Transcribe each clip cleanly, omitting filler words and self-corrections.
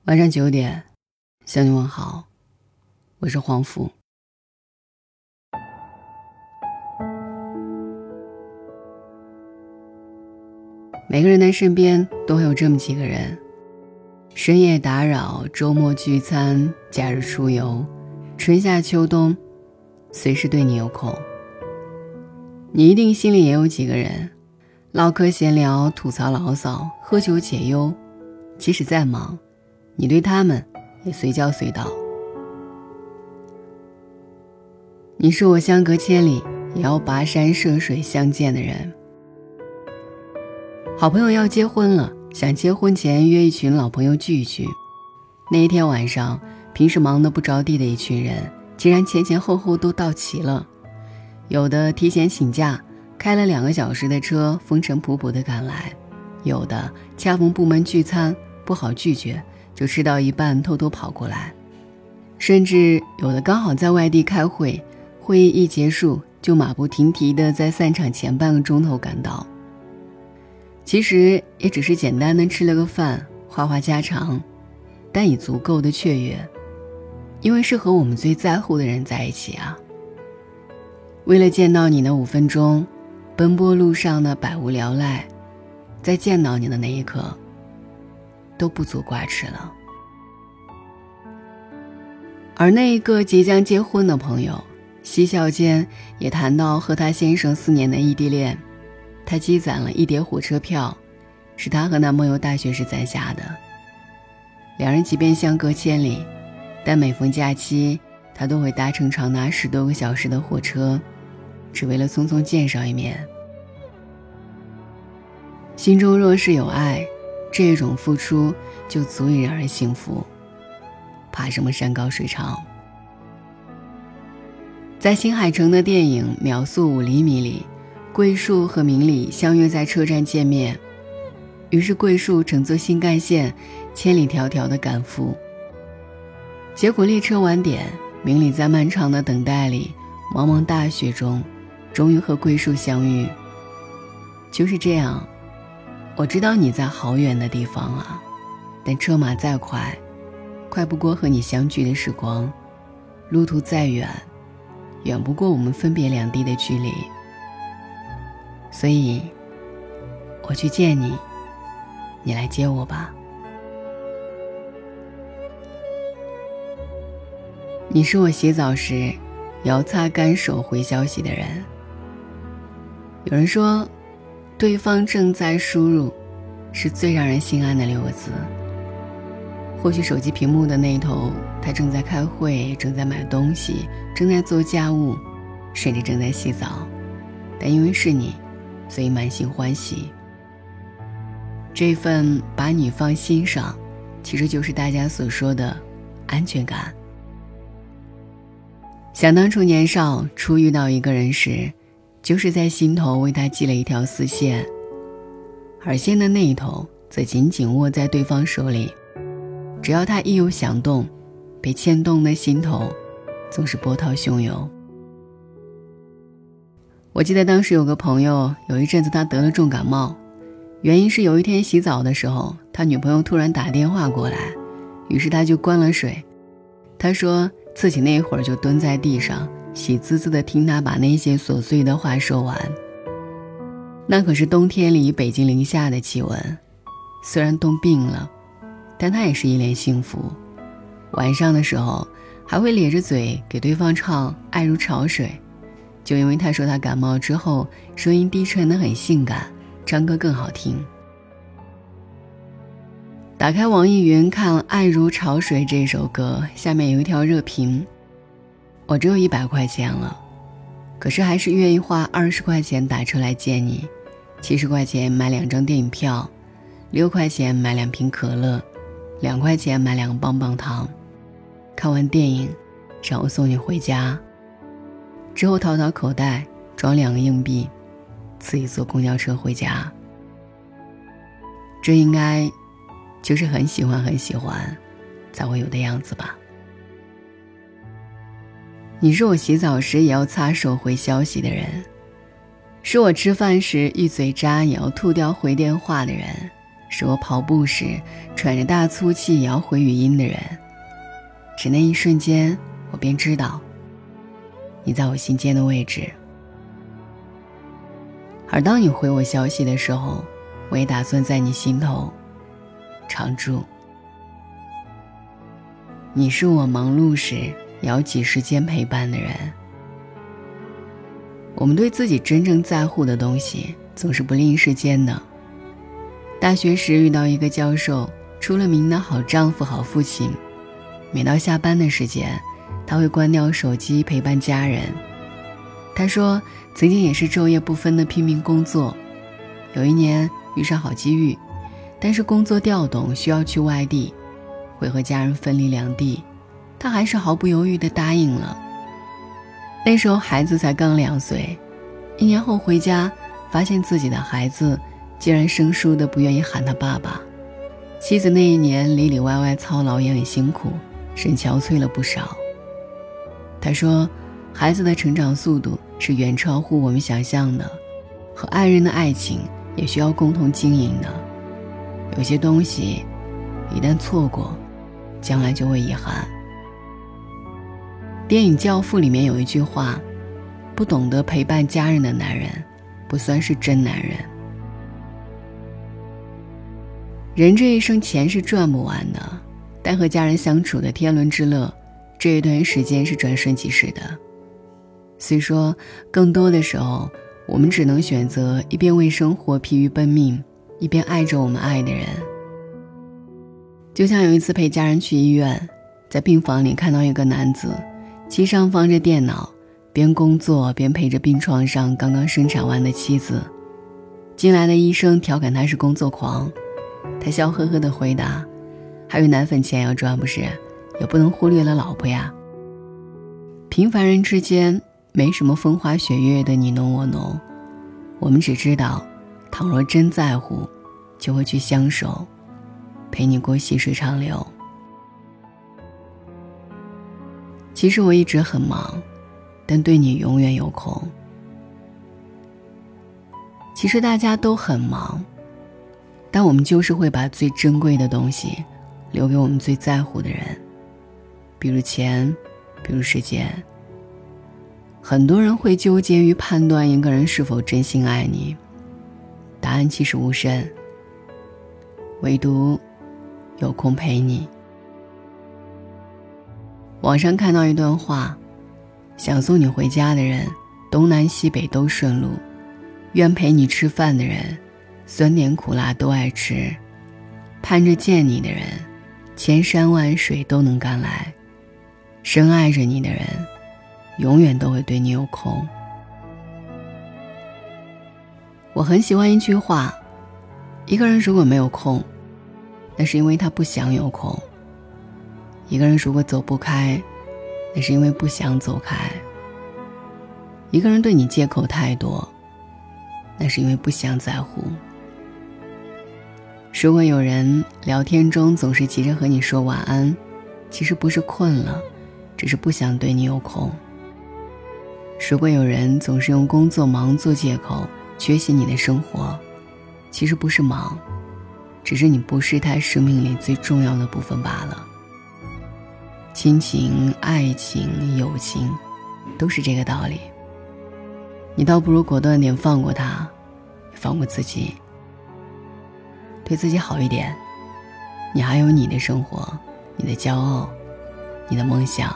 晚上9点，向你问好，我是黄甫。每个人的身边都会有这么几个人，深夜打扰，周末聚餐，假日出游，春夏秋冬，随时对你有空。你一定心里也有几个人，唠嗑闲聊，吐槽牢骚，喝酒解忧，即使再忙，你对他们也随叫随到。你是我相隔千里也要跋山涉水相见的人。好朋友要结婚了，想结婚前约一群老朋友聚一聚。那一天晚上，平时忙得不着地的一群人竟然前后都到齐了，有的提前请假，开了2个小时的车，风尘仆仆地赶来，有的恰逢部门聚餐，不好拒绝，就吃到一半偷偷跑过来，甚至有的刚好在外地开会，会议一结束就马不停蹄地在散场前半个钟头赶到。其实也只是简单的吃了个饭，话话家常，但已足够的雀跃，因为是和我们最在乎的人在一起啊。为了见到你的5分钟，奔波路上的百无聊赖，在见到你的那一刻都不足挂齿了。而那一个即将结婚的朋友，嬉笑间也谈到和他先生4年的异地恋，他积攒了1叠火车票，是他和男朋友大学时攒下的。两人即便相隔千里，但每逢假期，他都会搭乘长达10多个小时的火车，只为了匆匆见上一面。心中若是有爱，这种付出就足以让人幸福，怕什么山高水长。在新海诚的电影《秒速5厘米》里，桂树和明里相约在车站见面，于是桂树乘坐新干线千里迢迢地赶赴，结果列车晚点，明里在漫长的等待里，茫茫大雪中终于和桂树相遇。就是这样，我知道你在好远的地方啊，但车马再快，快不过和你相聚的时光，路途再远，远不过我们分别两地的距离。所以我去见你，你来接我吧。你是我洗澡时要擦干手回消息的人。有人说，对方正在输入是最让人心安的6个字。或许手机屏幕的那头，他正在开会，正在买东西，正在做家务，甚至正在洗澡，但因为是你，所以满心欢喜。这份把你放心上，其实就是大家所说的安全感。想当初年少，初遇到一个人时，就是在心头为他系了一条丝线，而线的那一头则紧紧握在对方手里，只要他一有响动，被牵动的心头总是波涛汹涌。我记得当时有个朋友，有一阵子他得了重感冒，原因是有一天洗澡的时候，他女朋友突然打电话过来，于是他就关了水。他说自己那会儿就蹲在地上，喜滋滋地听他把那些琐碎的话说完。那可是冬天里北京零下的气温，虽然冻病了，但他也是一脸幸福。晚上的时候还会咧着嘴给对方唱《爱如潮水》，就因为他说他感冒之后声音低沉得很性感，唱歌更好听。打开网易云看《爱如潮水》这首歌，下面有一条热评：我只有100块钱了，可是还是愿意花20块钱打车来见你，70块钱买2张电影票，6块钱买2瓶可乐，2块钱买2个棒棒糖，看完电影让我送你回家，之后掏口袋装2个硬币，自己坐公交车回家。这应该就是很喜欢才会有的样子吧。你是我洗澡时也要擦手回消息的人，是我吃饭时一嘴渣也要吐掉回电话的人， 是我跑步时喘着大粗气也要回语音的人。只那一瞬间，我便知道你在我心间的位置。而当你回我消息的时候，我也打算在你心头常驻。你是我忙碌时也要挤时间陪伴的人。我们对自己真正在乎的东西总是不吝时间的。大学时遇到一个教授，出了名的好丈夫好父亲，每到下班的时间，他会关掉手机陪伴家人。他说曾经也是昼夜不分的拼命工作，有一年遇上好机遇，但是工作调动需要去外地，会和家人分离两地，他还是毫不犹豫地答应了。那时候孩子才刚2岁，1年后回家，发现自己的孩子竟然生疏的不愿意喊他爸爸。妻子那一年里里外外操劳也很辛苦，神憔悴了不少。他说孩子的成长速度是远超乎我们想象的，和爱人的爱情也需要共同经营的。有些东西一旦错过，将来就会遗憾。电影《教父》里面有一句话，不懂得陪伴家人的男人不算是真男人。人这一生钱是赚不完的，但和家人相处的天伦之乐，这一段时间是转瞬即逝的。虽说更多的时候，我们只能选择一边为生活疲于奔命，一边爱着我们爱的人。就像有一次陪家人去医院，在病房里看到一个男子，机上放着电脑，边工作边陪着病床上刚刚生产完的妻子。进来的医生调侃他是工作狂，他笑呵呵地回答，还有奶粉钱要赚不是，也不能忽略了老婆呀。平凡人之间没什么风花雪月的你侬我侬，我们只知道倘若真在乎，就会去相守，陪你过细水长流。其实我一直很忙，但对你永远有空。其实大家都很忙，但我们就是会把最珍贵的东西留给我们最在乎的人，比如钱，比如时间。很多人会纠结于判断一个人是否真心爱你，答案其实无甚，唯独有空陪你。网上看到一段话，想送你回家的人，东南西北都顺路；愿陪你吃饭的人，酸甜苦辣都爱吃；盼着见你的人，千山万水都能赶来；深爱着你的人，永远都会对你有空。我很喜欢一句话，一个人如果没有空，那是因为他不想有空；一个人如果走不开，那是因为不想走开；一个人对你借口太多，那是因为不想在乎。如果有人聊天中总是急着和你说晚安，其实不是困了，只是不想对你有空。如果有人总是用工作忙做借口，缺席你的生活，其实不是忙，只是你不是他生命里最重要的部分罢了。亲情、爱情、友情，都是这个道理。你倒不如果断点放过他，放过自己，对自己好一点。你还有你的生活，你的骄傲，你的梦想。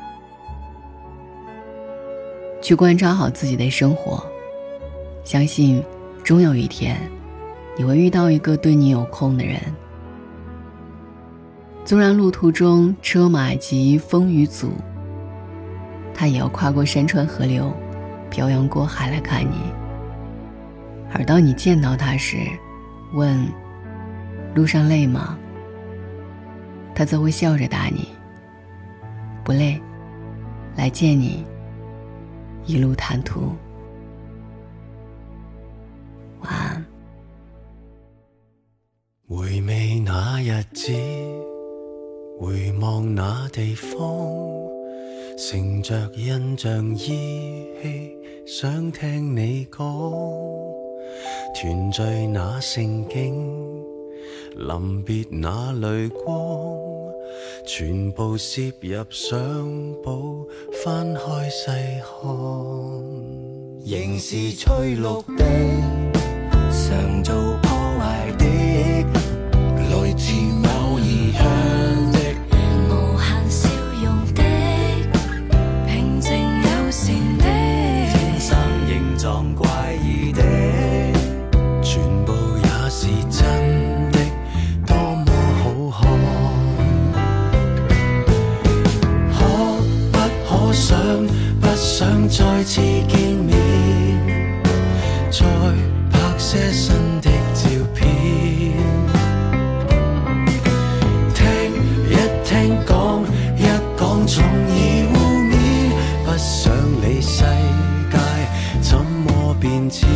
去观察好自己的生活，相信终有一天你会遇到一个对你有空的人。纵然路途中车马急风雨阻，他也要跨过山川河流，漂洋过海来看你。而当你见到他时，问路上累吗？他则会笑着答你，不累，来见你，一路坦途。晚安。 回味那日子，回望那地方，乘着印象依稀，想听你讲，团聚那盛景， 臨別那淚光，全部攝入相簿，翻開細看， 仍是翠綠的，常做破壞的，來自某異鄉的， 無限笑容的，平靜友善的， 天生形狀怪異的， 全部也是真的，多麼好看。可不可想，不想再次見面，再拍些新的照片，聽一聽講一講，從而互勉，不想理世界怎麼變遷，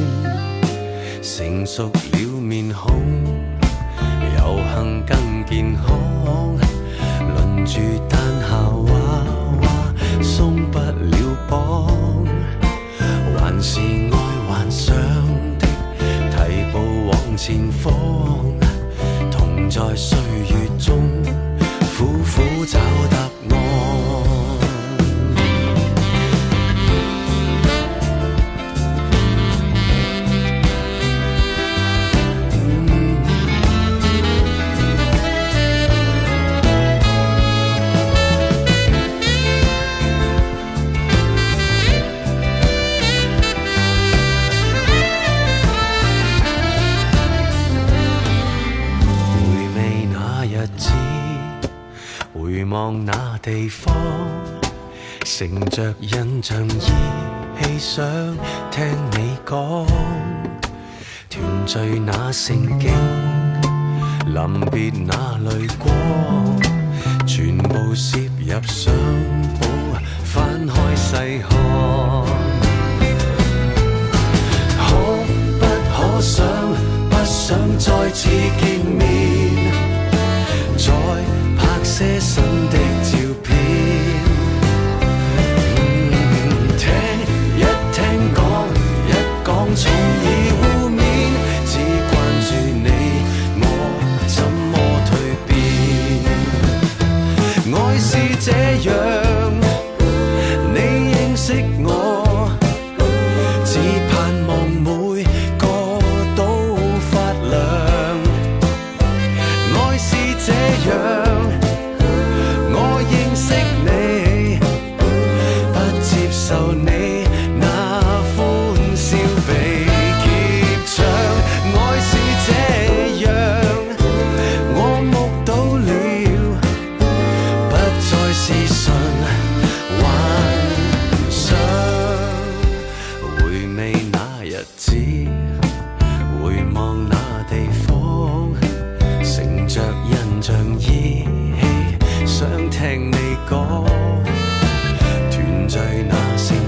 成熟了面孔，遊行更健康，輪住彈下娃娃，鬆不了綁，還是愛幻想的，提步往前方，同在歲月中苦苦找答案。回望那地方，乘着印象依稀想聽你講，團聚那盛景，臨別那淚光，全部攝入相簿，翻開細看，可不可想，不想再次見面，再拍些新的照片，聽一聽講一講，從而互勉，只關注你我怎麼蛻變，愛是這樣，你認識我，只盼望每個都發亮，愛是這樣，我認識你，不接受你那歡笑被劫搶，愛是這樣，我目睹了，不再是純幻想，回味那日子，回望那地方，乘着印象依稀想聽你講，團聚那盛